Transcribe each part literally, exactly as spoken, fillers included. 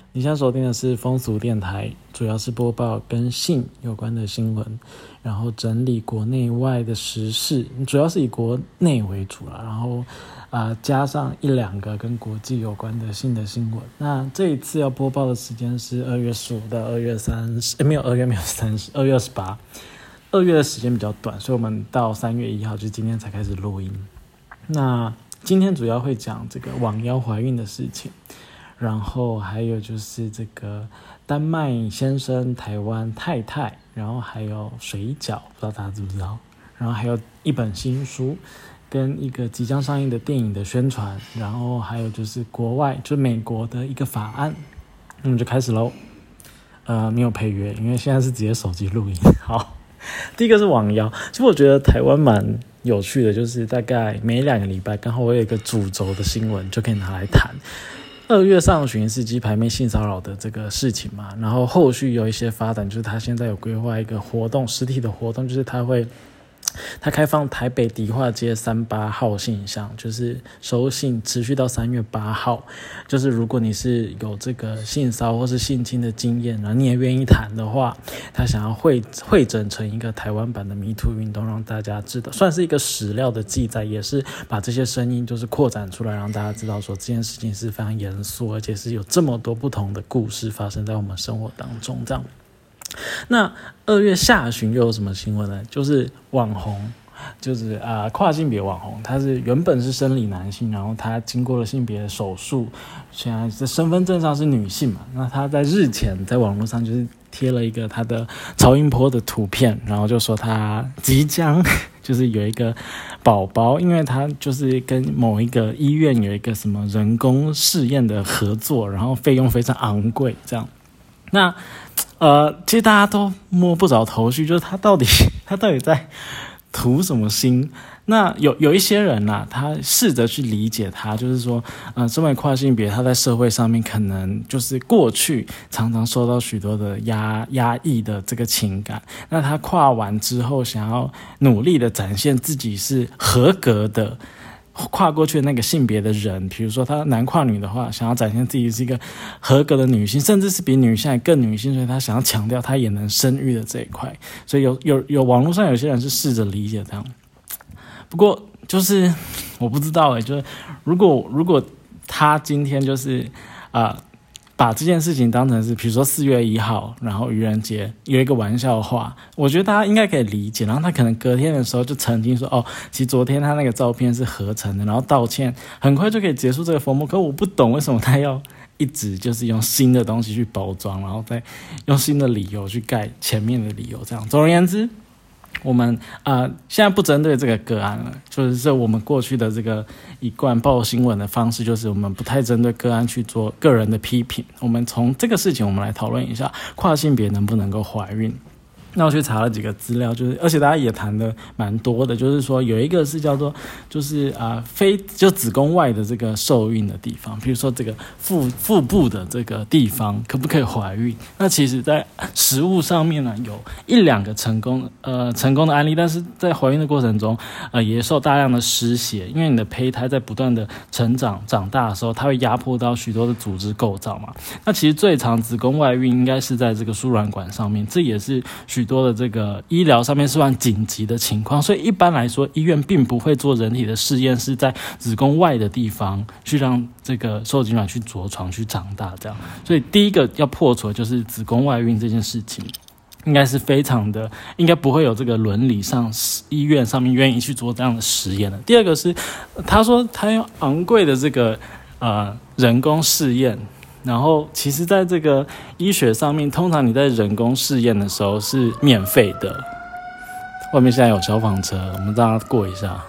你现在收听的是风俗电台，主要是播报跟性有关的新闻，然后整理国内外的时事，主要是以国内为主啦，然后、呃、加上一两个跟国际有关的性的新闻。那这一次要播报的时间是二月十五到二月三十，没有二月没有三十，二月二十八。二月的时间比较短，所以我们到三月一号就今天才开始录音。那今天主要会讲这个网妖怀孕的事情，然后还有就是这个丹麦先生、台湾太太，然后还有水饺，不知道大家知不知道，然后还有一本新书跟一个即将上映的电影的宣传，然后还有就是国外就美国的一个法案。那么就开始咯。呃，没有配乐，因为现在是直接手机录音。好，第一个是网妖。其实我觉得台湾蛮有趣的，就是大概每两个礼拜刚好我有一个主轴的新闻就可以拿来谈。二月上旬是鸡排妹性骚扰的这个事情嘛，然后后续有一些发展，就是他现在有规划一个活动，实体的活动，就是他会他开放台北迪化街三八号信箱，就是收信持续到三月八号。就是如果你是有这个性骚或是性侵的经验，然后你也愿意谈的话，他想要汇汇整成一个台湾版的 Me Too 运动，让大家知道，算是一个史料的记载，也是把这些声音就是扩展出来，让大家知道说这件事情是非常严肃，而且是有这么多不同的故事发生在我们生活当中这样。那二月下旬又有什么新闻呢？就是网红，就是啊、呃、跨性别网红，他是原本是生理男性，然后他经过了性别手术，现在在身份证上是女性嘛。那他在日前在网络上就是贴了一个他的超音波的图片，然后就说他即将就是有一个宝宝，因为他就是跟某一个医院有一个什么人工试验的合作，然后费用非常昂贵这样。那呃，其实大家都摸不着头绪，就是他到底他到底在图什么心？那有有一些人啊，他试着去理解他，就是说，呃，身为跨性别，他在社会上面可能就是过去常常受到许多的压压抑的这个情感。那他跨完之后，想要努力的展现自己是合格的。跨过去的那个性别的人，比如说他男跨女的话，想要展现自己是一个合格的女性，甚至是比女性还更女性，所以他想要强调他也能生育的这一块。所以有有有网络上有些人是试着理解这样，不过就是我不知道哎、欸，就是如果如果他今天就是啊。呃把这件事情当成是比如说四月一号然后愚人节有一个玩笑话，我觉得大家应该可以理解。然后他可能隔天的时候就澄清说，哦，其实昨天他那个照片是合成的，然后道歉，很快就可以结束这个风波。可我不懂为什么他要一直就是用新的东西去包装，然后再用新的理由去盖前面的理由这样。总而言之，我们呃现在不针对这个个案了，就是这我们过去的这个一贯报新闻的方式，就是我们不太针对个案去做个人的批评。我们从这个事情，我们来讨论一下跨性别能不能够怀孕。那我去查了几个资料，就是而且大家也谈的蛮多的，就是说有一个是叫做就是啊、呃、非就子宫外的这个受孕的地方，比如说这个腹腹部的这个地方可不可以怀孕？那其实在实务上面呢，有一两个成功呃成功的案例，但是在怀孕的过程中呃也受大量的失血，因为你的胚胎在不断的成长长大的时候，它会压迫到许多的组织构造嘛。那其实最常子宫外孕应该是在这个输卵管上面，这也是许多的这个医疗上面是算紧急的情况，所以一般来说医院并不会做人体的试验，是在子宫外的地方去让这个受精卵去着床去长大这样。所以第一个要破除的就是子宫外孕这件事情，应该是非常的，应该不会有这个伦理上医院上面愿意去做这样的实验的。第二个是他说他用昂贵的这个呃人工试验，然后其实在这个医学上面，通常你在人工试验的时候是免费的。外面现在有消防車，我们让它过一下。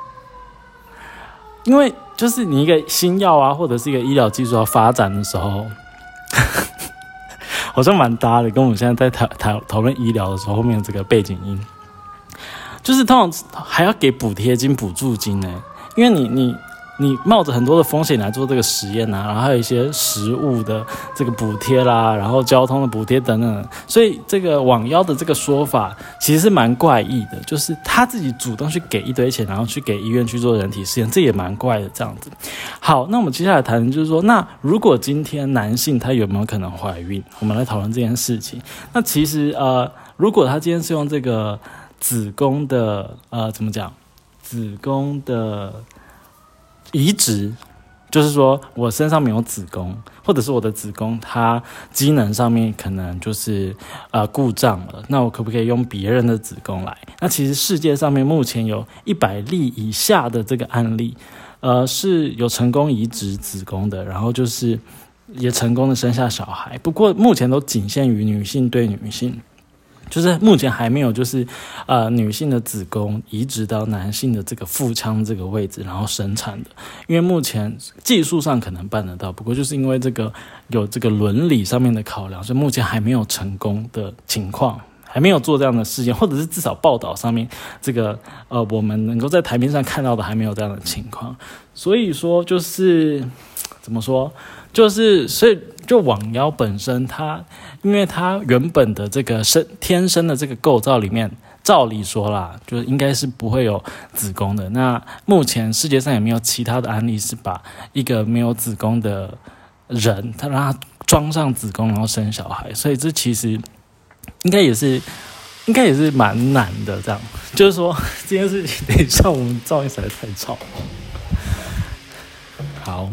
因为就是你一个新药啊，或者是一个医疗技术要发展的时候好像蛮搭的，跟我们现在在讨讨论医疗的时候后面这个背景音，就是通常还要给补贴金补助金呢。因为你你你冒着很多的风险来做这个实验啊，然后还有一些食物的这个补贴啦，然后交通的补贴等等，所以这个罔腰的这个说法其实是蛮怪异的，就是他自己主动去给一堆钱，然后去给医院去做人体实验，这也蛮怪的这样子。好，那我们接下来谈的就是说，那如果今天男性他有没有可能怀孕？我们来讨论这件事情。那其实呃，如果他今天是用这个子宫的呃怎么讲？子宫的移植，就是说我身上没有子宫，或者是我的子宫它机能上面可能就是呃故障了，那我可不可以用别人的子宫来？那其实世界上面目前有一百例以下的这个案例，呃是有成功移植子宫的，然后就是也成功的生下小孩，不过目前都仅限于女性对女性。就是目前还没有就是呃女性的子宫移植到男性的这个腹腔这个位置然后生产的，因为目前技术上可能办得到，不过就是因为这个有这个伦理上面的考量，所以目前还没有成功的情况，还没有做这样的事件，或者是至少报道上面这个呃我们能够在台面上看到的还没有这样的情况。所以说就是怎么说，就是所以就罔腰本身它因为它原本的这个生天生的这个构造里面，照理说啦，就是应该是不会有子宫的。那目前世界上也没有其他的案例是把一个没有子宫的人，他让他装上子宫然后生小孩，所以这其实应该也是应该也是蛮难的。这样就是说这件事情，等一下我们噪音实在太吵。好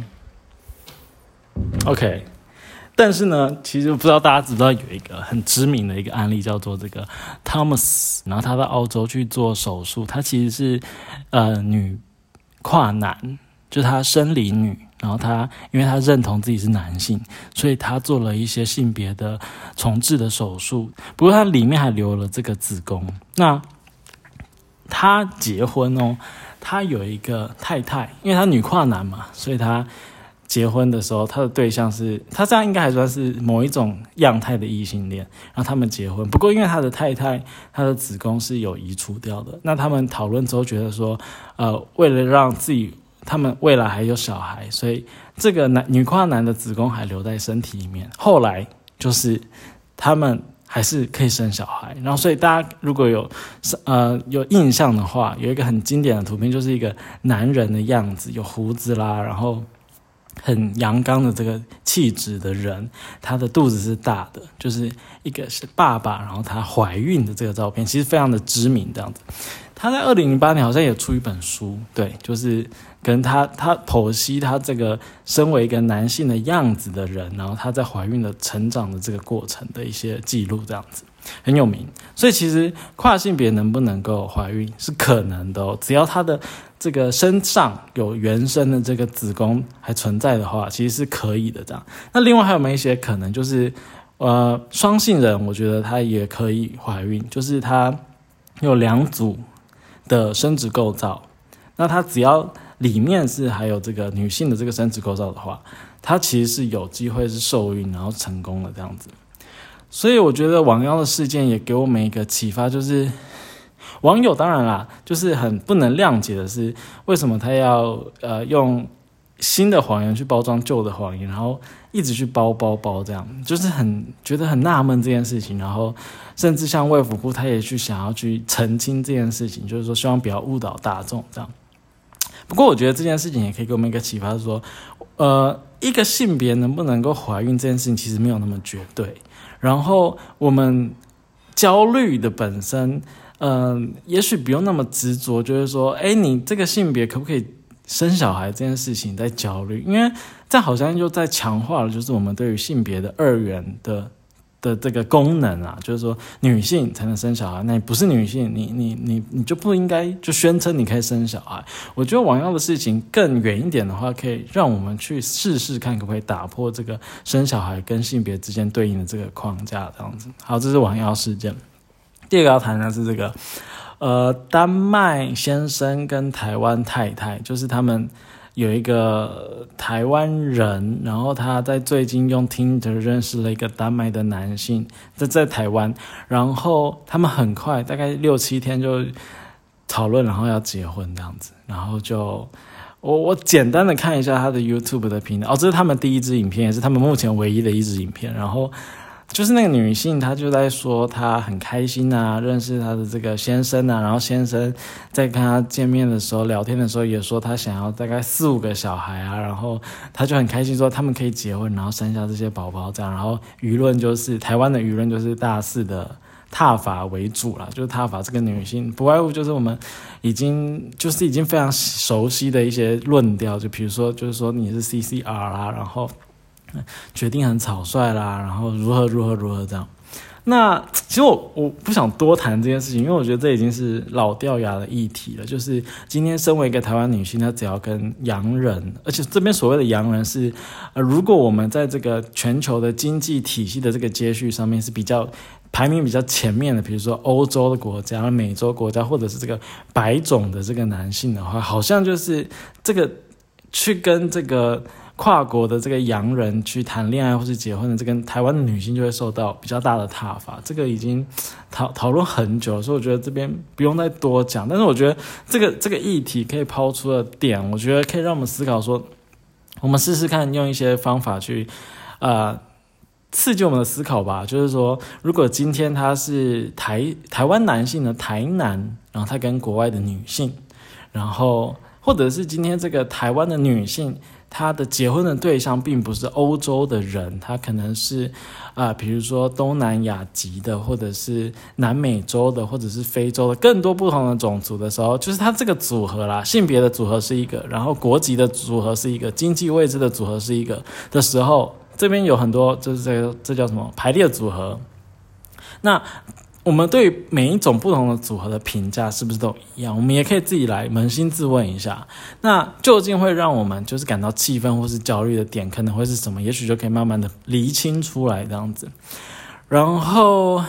，OK。但是呢，其实不知道大家知不知道有一个很知名的一个案例叫做这个 Thomas， 然后他到澳洲去做手术，他其实是呃女跨男，就是他生理女，然后他因为他认同自己是男性，所以他做了一些性别的重置的手术，不过他里面还留了这个子宫。那他结婚哦，他有一个太太，因为他女跨男嘛，所以他结婚的时候，他的对象是他这样应该还算是某一种样态的异性恋，然后他们结婚。不过因为他的太太他的子宫是有移除掉的，那他们讨论之后觉得说，呃，为了让自己他们未来还有小孩，所以这个男女跨男的子宫还留在身体里面。后来就是他们还是可以生小孩，然后所以大家如果有呃有印象的话，有一个很经典的图片，就是一个男人的样子，有胡子啦，然后很阳刚的这个气质的人，他的肚子是大的，就是一个是爸爸，然后他怀孕的这个照片，其实非常的知名这样子。他在二零零八年好像也出一本书，对，就是跟他他剖析他这个身为一个男性的样子的人，然后他在怀孕的成长的这个过程的一些记录，这样子很有名。所以其实跨性别能不能够怀孕是可能的哦，只要他的这个身上有原生的这个子宫还存在的话，其实是可以的这样。那另外还有没有一些可能，就是呃双性人，我觉得他也可以怀孕，就是他有两组的生殖构造，那他只要里面是还有这个女性的这个生殖构造的话，他其实是有机会是受孕然后成功的这样子。所以我觉得罔腰的事件也给我们一个启发，就是网友当然啦，就是很不能谅解的是，为什么他要呃用新的谎言去包装旧的谎言，然后一直去包包包这样，就是很觉得很纳闷这件事情。然后甚至像卫福部他也去想要去澄清这件事情，就是说希望不要误导大众这样。不过我觉得这件事情也可以给我们一个启发，是说呃一个性别能不能够怀孕这件事情其实没有那么绝对。然后我们焦虑的本身嗯，也许不用那么执着，就是说，哎，你这个性别可不可以生小孩这件事情在焦虑，因为这好像就在强化了，就是我们对于性别的二元的的这个功能啊，就是说女性才能生小孩，那你不是女性，你你你你就不应该就宣称你可以生小孩。我觉得网要的事情更远一点的话，可以让我们去试试看，可不可以打破这个生小孩跟性别之间对应的这个框架，这样子。好，这是网要事件。第二个要谈的是这个，呃，丹麦先生跟台湾太太，就是他们有一个台湾人，然后他在最近用 Tinder 认识了一个丹麦的男性，在在台湾，然后他们很快大概六七天就讨论，然后要结婚这样子，然后就我我简单的看一下他的 YouTube 的频道，哦，这是他们第一支影片，也是他们目前唯一的一支影片。然后就是那个女性，她就在说她很开心啊，认识她的这个先生啊，然后先生在跟她见面的时候、聊天的时候也说他想要大概四五个小孩啊，然后她就很开心说他们可以结婚，然后生下这些宝宝这样。然后舆论就是台湾的舆论就是大肆的挞伐为主啦，就是挞伐这个女性，不外乎就是我们已经就是已经非常熟悉的一些论调，就比如说就是说你是 C C R 啦，然后决定很草率啦，然后如何如何如何这样。那其实我我不想多谈这件事情，因为我觉得这已经是老掉牙的议题了。就是今天身为一个台湾女性，她只要跟洋人，而且这边所谓的洋人是，呃，如果我们在这个全球的经济体系的这个接续上面是比较排名比较前面的，比如说欧洲的国家、美洲国家，或者是这个白种的这个男性的话，好像就是这个去跟这个跨国的这个洋人去谈恋爱或是结婚的这个台湾的女性就会受到比较大的挞伐，这个已经讨讨论很久了，所以我觉得这边不用再多讲。但是我觉得这个这个议题可以抛出的点，我觉得可以让我们思考说，我们试试看用一些方法去呃刺激我们的思考吧。就是说，如果今天他是台台湾男性的台男，然后他跟国外的女性，然后或者是今天这个台湾的女性，她的结婚的对象并不是欧洲的人，她可能是啊、呃，比如说东南亚籍的，或者是南美洲的，或者是非洲的，更多不同的种族的时候，就是它这个组合啦，性别的组合是一个，然后国籍的组合是一个，经济位置的组合是一个的时候，这边有很多就是这个这叫什么排列组合。那我们对于每一种不同的组合的评价是不是都一样？我们也可以自己来扪心自问一下，那究竟会让我们就是感到气愤或是焦虑的点可能会是什么？也许就可以慢慢的厘清出来这样子。然后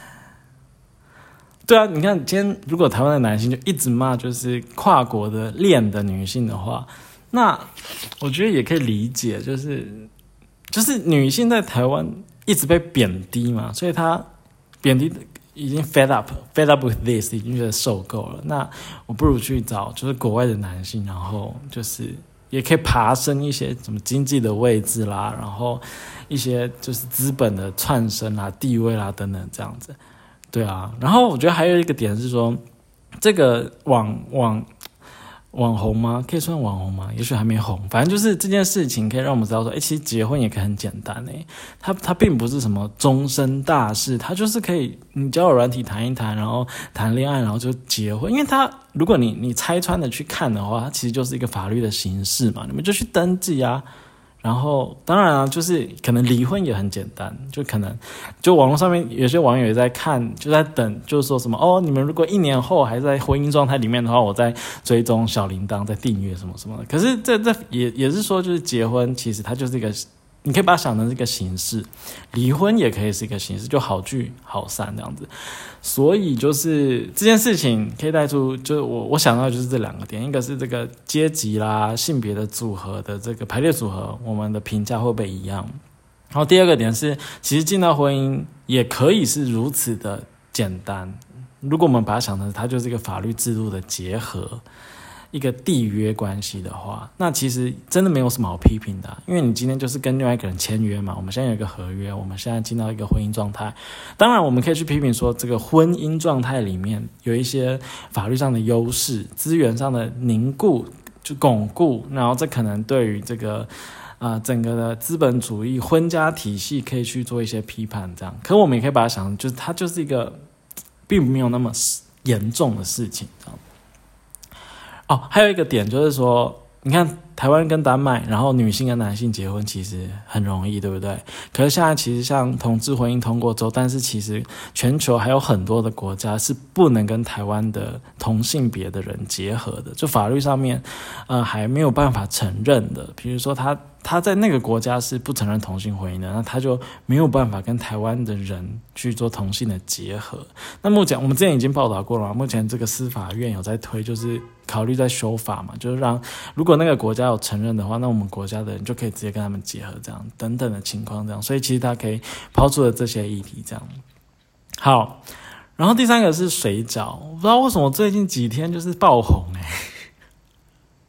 对啊，你看今天如果台湾的男性就一直骂就是跨国的恋的女性的话，那我觉得也可以理解，就是就是女性在台湾一直被贬低嘛，所以她贬低的已经 fed up fed up with this， 已经觉得受够了。那我不如去找就是国外的男性，然后就是也可以爬升一些什么经济的位置啦，然后一些就是资本的窜升啦、地位啦等等这样子。对啊，然后我觉得还有一个点是说，这个网网网红吗？可以算网红吗？也许还没红，反正就是这件事情可以让我们知道说，哎，其实结婚也可以很简单诶，它它并不是什么终身大事，它就是可以你交友软体谈一谈，然后谈恋爱，然后就结婚。因为它如果你你拆穿的去看的话，它其实就是一个法律的形式嘛，你们就去登记啊。然后当然啊，就是可能离婚也很简单，就可能就网络上面有些网友也在看，就在等，就是说什么哦，你们如果一年后还在婚姻状态里面的话，我在追踪小铃铛，在订阅什么什么的。可是这这也也是说，就是结婚其实它就是一个，你可以把它想成是一个形式，离婚也可以是一个形式，就好聚好散这样子。所以就是这件事情可以带出，就是我我想到就是这两个点，一个是这个阶级啦、性别的组合的这个排列组合，我们的评价会不会一样？然后第二个点是，其实进到婚姻也可以是如此的简单。如果我们把它想成它就是一个法律制度的结合，一个缔约关系的话，那其实真的没有什么好批评的、啊，因为你今天就是跟另外一个人签约嘛，我们现在有一个合约，我们现在进到一个婚姻状态。当然我们可以去批评说这个婚姻状态里面有一些法律上的优势，资源上的凝固就巩固，然后这可能对于这个呃整个的资本主义婚家体系可以去做一些批判这样。可我们也可以把它想就是它就是一个并没有那么严重的事情这样。哦，还有一个点就是说，你看台湾跟丹麦，然后女性跟男性结婚其实很容易，对不对？可是现在其实像同志婚姻通过之后，但是其实全球还有很多的国家是不能跟台湾的同性别的人结合的，就法律上面呃还没有办法承认的。比如说他他在那个国家是不承认同性婚姻的，那他就没有办法跟台湾的人去做同性的结合。那目前我们之前已经报道过了嘛，目前这个司法院有在推，就是考虑在修法嘛，就是让如果那个国家有承认的话，那我们国家的人就可以直接跟他们结合，这样等等的情况这样。所以其实他可以抛出了这些议题这样。好，然后第三个是水饺，我不知道为什么最近几天就是爆红哎、欸。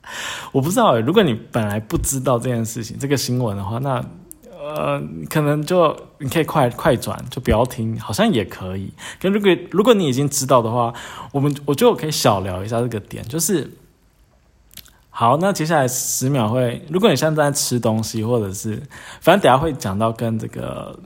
我不知道，如果你本来不知道这件事情这个新闻的话，那呃可能就你可以快快转，就不要听，好像也可以。可如果如果你已经知道的话，我们我觉得我可以小聊一下这个点，就是好，那接下来十秒会，如果你现在在吃东西，或者是反正等一下会讲到跟这个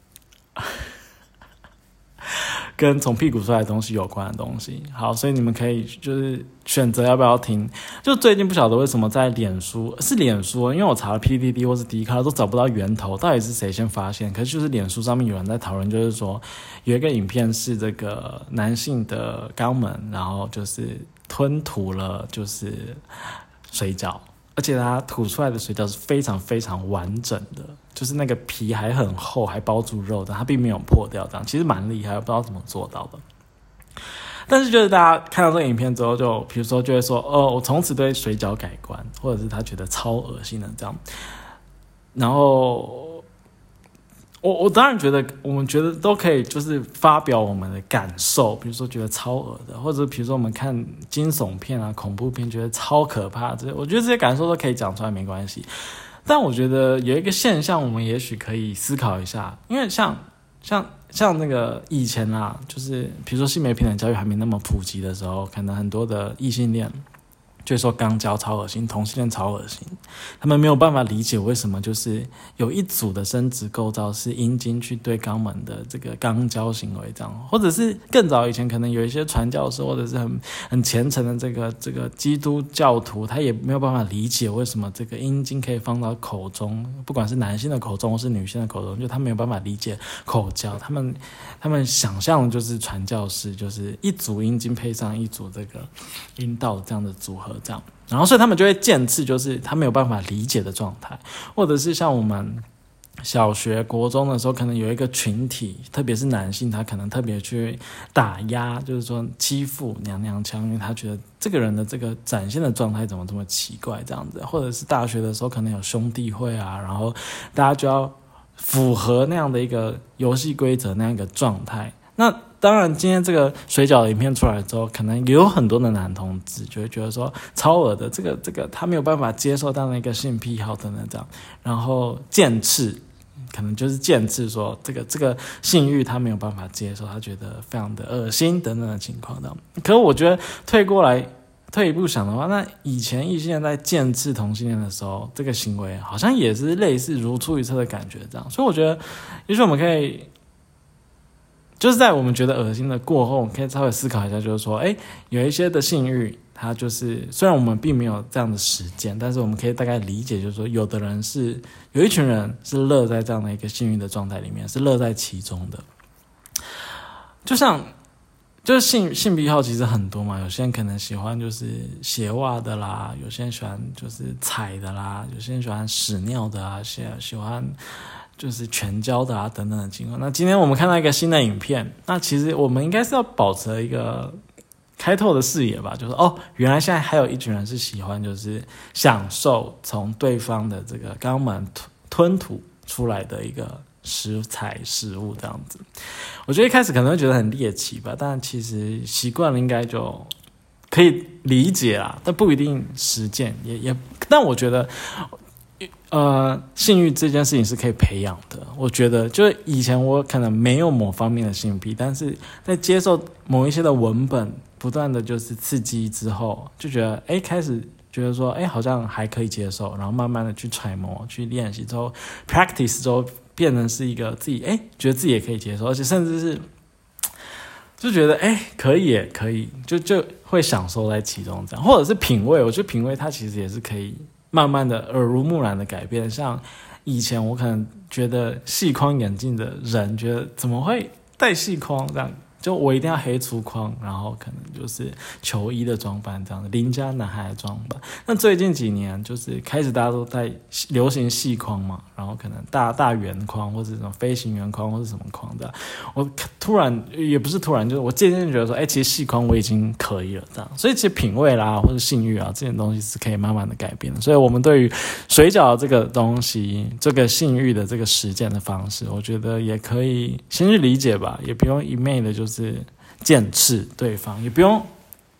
跟从屁股出来的东西有关的东西。好，所以你们可以就是选择要不要听。就最近不晓得为什么在脸书，是脸书，因为我查了 P T T 或是 D 卡都找不到源头，到底是谁先发现？可是就是脸书上面有人在讨论，就是说有一个影片是这个男性的肛门，然后就是吞吐了就是水饺，而且它吐出来的水饺是非常非常完整的，就是那个皮还很厚，还包住肉的，它并没有破掉，这样其实蛮厉害，我不知道怎么做到的。但是就是大家看到这个影片之后，就比如说就会说，哦，我从此对水饺改观，或者是他觉得超恶心的这样。然后我我当然觉得，我们觉得都可以，就是发表我们的感受，比如说觉得超恶的，或者比如说我们看惊悚片啊、恐怖片，觉得超可怕，这我觉得这些感受都可以讲出来，没关系。但我觉得有一个现象，我们也许可以思考一下，因为像像像那个以前啊，就是比如说性别平等教育还没那么普及的时候，可能很多的异性恋就会说肛交超恶心，同性恋超恶心，他们没有办法理解为什么就是有一组的生殖构造是阴茎去对肛门的这个肛交行为这样，或者是更早以前可能有一些传教士或者是很很虔诚的这个这个基督教徒，他也没有办法理解为什么这个阴茎可以放到口中，不管是男性的口中或是女性的口中，就他没有办法理解口交，他们他们想象就是传教士就是一组阴茎配上一组这个阴道这样的组合。这样，然后所以他们就会渐次就是他没有办法理解的状态，或者是像我们小学国中的时候，可能有一个群体，特别是男性，他可能特别去打压，就是说欺负娘娘腔，因为他觉得这个人的这个展现的状态怎么这么奇怪这样子，或者是大学的时候可能有兄弟会啊，然后大家就要符合那样的一个游戏规则那样一个状态。那当然今天这个水饺的影片出来之后，可能也有很多的男同志就会觉得说超恶的，这个这个他没有办法接受到那个性癖好等等这样，然后剑刺可能就是剑刺说这个这个性欲他没有办法接受，他觉得非常的恶心等等的情况这样。可是我觉得退过来退一步想的话，那以前异性恋在剑刺同性恋的时候，这个行为好像也是类似如出一辙的感觉这样，所以我觉得也许我们可以就是在我们觉得恶心的过后，我们可以稍微思考一下，就是说，哎，有一些的性欲，它就是虽然我们并没有这样的实践，但是我们可以大概理解，就是说，有的人是有一群人是乐在这样的一个性欲的状态里面，是乐在其中的。就像就是性性癖好其实很多嘛，有些人可能喜欢就是鞋袜的啦，有些人喜欢就是踩的啦，有些人喜欢屎尿的啊，喜喜欢。就是全交的啊等等的情况。那今天我们看到一个新的影片，那其实我们应该是要保持一个开拓的视野吧，就是哦，原来现在还有一群人是喜欢就是享受从对方的这个肛门吞吐出来的一个食材食物这样子。我觉得一开始可能会觉得很猎奇吧，但其实习惯了应该就可以理解啦，但不一定实践，也也，但我觉得。呃，性欲这件事情是可以培养的。我觉得，就是以前我可能没有某方面的性癖，但是在接受某一些的文本，不断的就是刺激之后，就觉得，哎，开始觉得说，哎，好像还可以接受，然后慢慢的去揣摩、去练习之后 ，practice 之后，变成是一个自己，哎，觉得自己也可以接受，而且甚至是就觉得，哎，可以耶，可以，就就会享受在其中这样，或者是品味。我觉得品味它其实也是可以。慢慢的耳濡目染的改变，像以前我可能觉得细框眼镜的人觉得怎么会戴细框这样，就我一定要黑粗框，然后可能就是球衣的装扮这样的邻家男孩的装扮。那最近几年就是开始大家都在流行细框嘛，然后可能大大圆框或者这种飞行圆框或者什么框的，我突然也不是突然，就是我渐渐觉得说，哎，其实细框我已经可以了这样。所以其实品味啦或者性欲啊这些东西是可以慢慢的改变的。所以我们对于水饺这个东西，这个性欲的这个实践的方式，我觉得也可以先去理解吧，也不用一昧的就是剑刺对方，也不用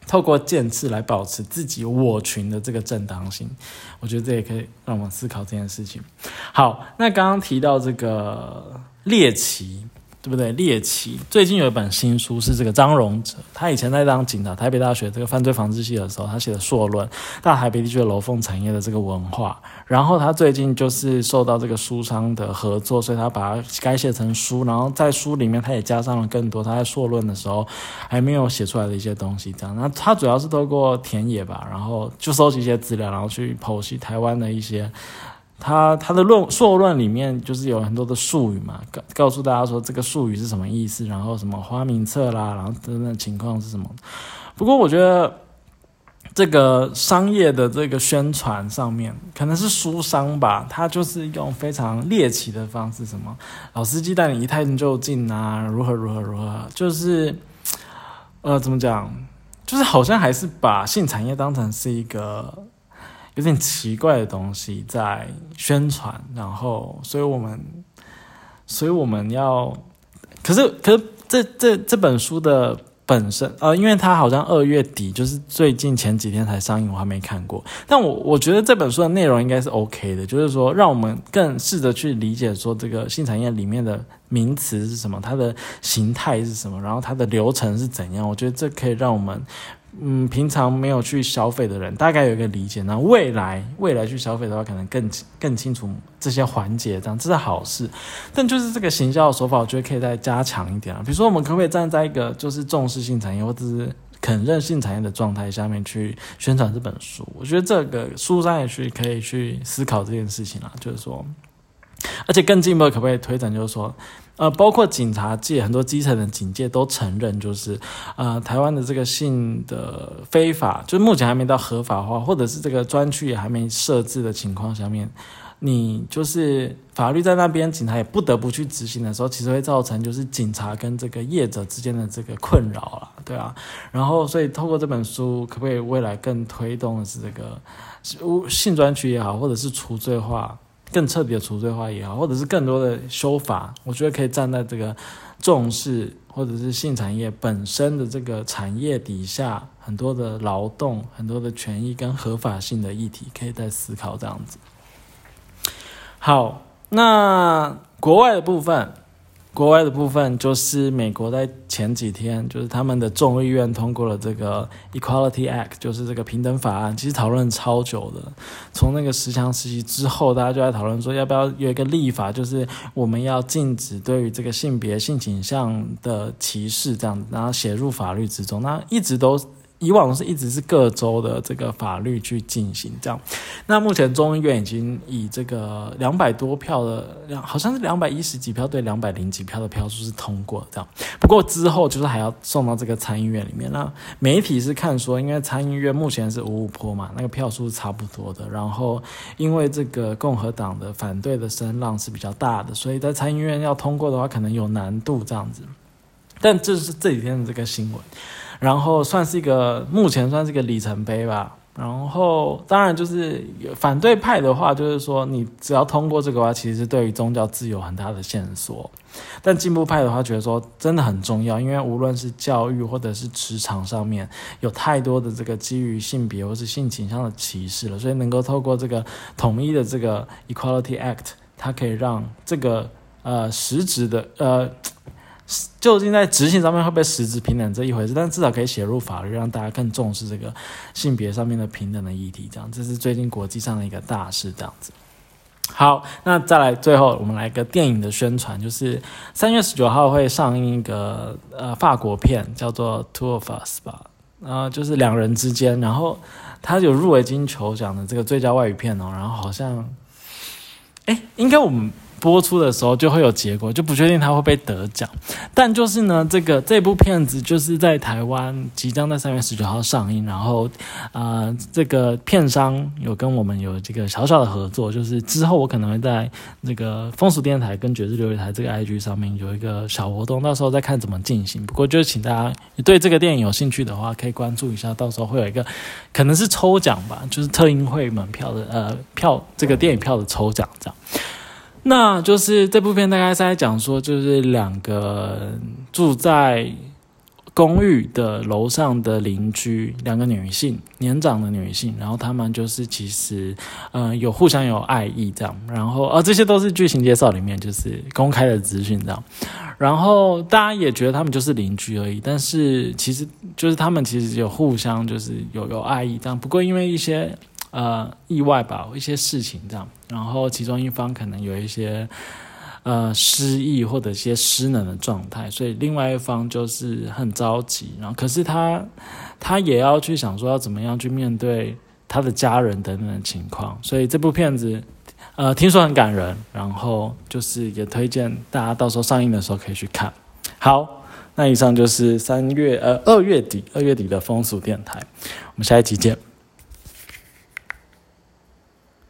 透过剑刺来保持自己我群的这个正当性，我觉得这也可以让我们思考这件事情。好，那刚刚提到这个猎奇，对不对？猎奇最近有一本新书是这个张荣哲，他以前在当警察，台北大学这个犯罪防治系的时候，他写的硕论大台北地区的楼凤产业的这个文化，然后他最近就是受到这个书商的合作，所以他把它改写成书，然后在书里面他也加上了更多他在硕论的时候还没有写出来的一些东西，这样。那他主要是透过田野吧，然后就收集一些资料，然后去剖析台湾的一些他他的论硕论里面就是有很多的术语嘛，告告诉大家说这个术语是什么意思，然后什么花名册啦，然后等等的情况是什么。不过我觉得这个商业的这个宣传上面，可能是书商吧，他就是用非常猎奇的方式，什么老司机带你一探究竟啊，如何如何如何，就是呃怎么讲，就是好像还是把性产业当成是一个有点奇怪的东西在宣传，然后所以我们所以我们要可是可是这这这本书的本身呃因为它好像二月底就是最近前几天才上映，我还没看过，但我我觉得这本书的内容应该是 OK 的，就是说让我们更试着去理解说这个性产业里面的名词是什么，它的形态是什么，然后它的流程是怎样，我觉得这可以让我们嗯，平常没有去消费的人大概有一个理解，那未来未来去消费的话，可能更更清楚这些环节，这样这是好事。但就是这个行销的手法，我觉得可以再加强一点啊。比如说，我们可不可以站在一个就是重视性产业或者是肯认性产业的状态下面去宣传这本书？我觉得这个书商也去可以去思考这件事情啦，就是说，而且更进一步可不可以推展，就是说。呃，包括警察界很多基层的警界都承认，就是呃，台湾的这个性的非法，就是目前还没到合法化，或者是这个专区也还没设置的情况下面，你就是法律在那边，警察也不得不去执行的时候，其实会造成就是警察跟这个业者之间的这个困扰啦，对啊。然后，所以透过这本书，可不可以未来更推动的是这个性专区也好，或者是除罪化。更彻底的除罪化也好，或者是更多的修法，我觉得可以站在这个重视或者是性产业本身的这个产业底下，很多的劳动、很多的权益跟合法性的议题，可以再思考这样子。好，那国外的部分。国外的部分就是美国在前几天，就是他们的众议院通过了这个 Equality Act， 就是这个平等法案，其实讨论超久的。从那个十强时期之后，大家就在讨论说，要不要有一个立法，就是我们要禁止对于这个性别、性倾向的歧视这样子，然后写入法律之中。那一直都。以往是一直是各州的这个法律去进行这样，那目前众议院已经以这个两百多票的，好像是两百一十几票对两百零几票的票数是通过这样。不过之后就是还要送到这个参议院里面。那媒体是看说，因为参议院目前是五五波嘛，那个票数是差不多的，然后因为这个共和党的反对的声浪是比较大的，所以在参议院要通过的话，可能有难度这样子。但这是这几天的这个新闻。然后算是一个目前算是一个里程碑吧。然后当然就是反对派的话，就是说你只要通过这个的话，其实对于宗教自由很大的限缩。但进步派的话觉得说真的很重要，因为无论是教育或者是职场上面有太多的这个基于性别或是性倾向的歧视了，所以能够透过这个统一的这个 Equality Act， 它可以让这个呃实质的呃究竟在执行上面会不会实质平等这一回事，但至少可以写入法律，让大家更重视这个性别上面的平等的议题，这样这是最近国际上的一个大事这样子。好，那再来最后我们来一个电影的宣传，就是三月十九号会上映一个呃法国片叫做 Two of Us 吧，呃就是两人之间，然后它有入围金球奖的这个最佳外语片哦，然后好像哎应该我们播出的时候就会有结果，就不确定他会不会得奖。但就是呢，这个这部片子就是在台湾即将在三月十九号上映，然后呃，这个片商有跟我们有这个小小的合作，就是之后我可能会在这个风俗电台跟爵士琉璃台这个 I G 上面有一个小活动，到时候再看怎么进行。不过就是请大家对这个电影有兴趣的话，可以关注一下，到时候会有一个可能是抽奖吧，就是特映会门票的呃票这个电影票的抽奖这样。那就是这部片大概是在讲说，就是两个住在公寓的楼上的邻居，两个女性，年长的女性，然后她们就是其实呃有互相有爱意这样，然后啊、呃、这些都是剧情介绍里面就是公开的资讯这样，然后大家也觉得他们就是邻居而已，但是其实就是他们其实有互相就是有有爱意这样，不过因为一些呃意外吧，一些事情这样，然后其中一方可能有一些呃失忆或者一些失能的状态，所以另外一方就是很着急，然后可是他他也要去想说要怎么样去面对他的家人等等的情况，所以这部片子呃听说很感人，然后就是也推荐大家到时候上映的时候可以去看。好，那以上就是三月呃二月底二月底的风俗电台，我们下一集见。